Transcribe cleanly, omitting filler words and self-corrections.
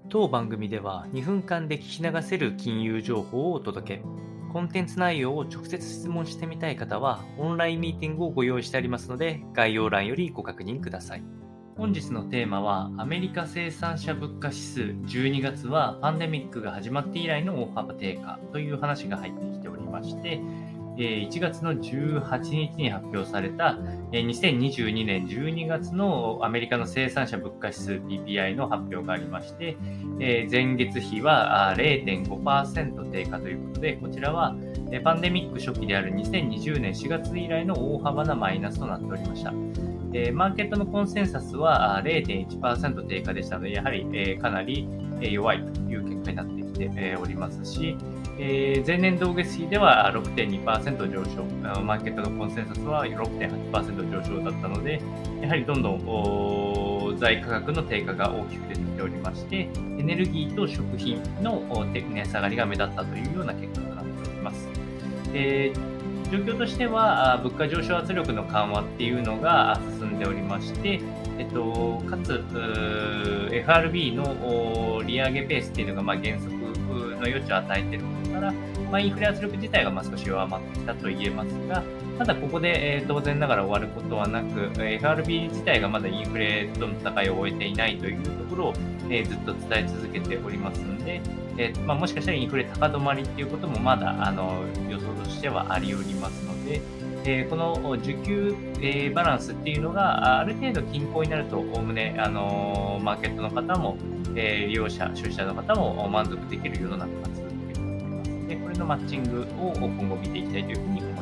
当番組では2分間で聞き流せる金融情報をお届け。コンテンツ内容を直接質問してみたい方はオンラインミーティングをご用意してありますので、概要欄よりご確認ください。本日のテーマはアメリカ生産者物価指数12月はパンデミックが始まって以来の大幅低下という話が入ってきておりまして、1月の18日に発表された2022年12月のアメリカの生産者物価指数 PPI の発表がありまして、前月比は 0.5% 低下ということで、こちらはパンデミック初期である2020年4月以来の大幅なマイナスとなっておりました。マーケットのコンセンサスは 0.1% 低下でしたので、やはりかなり弱いという結果になってきておりますし、前年同月比では 6.2% 上昇、マーケットのコンセンサスは 6.8% 上昇だったので、やはりどんどん材価格の低下が大きく出てきておりまして、エネルギーと食品の値下がりが目立ったというような結果となっております。状況としては、物価上昇圧力の緩和っていうのが進んでおりまして、かつ、FRB の利上げペースっていうのが減速の余地を与えていることから、インフレ圧力自体が少し弱まってきたと言えますが、ただここで、当然ながら終わることはなく、FRB 自体がまだインフレとの戦いを終えていないというところを、ずっと伝え続けておりますので、もしかしたらインフレ高止まりっていうこともまだ予想としてはあり得りますので、この需給、バランスっていうのがある程度均衡になると、おおむねマーケットの方も、利用者、消費者の方も満足できる世の中が続くと思いますので、これのマッチングを今後見ていきたいというふうに思います。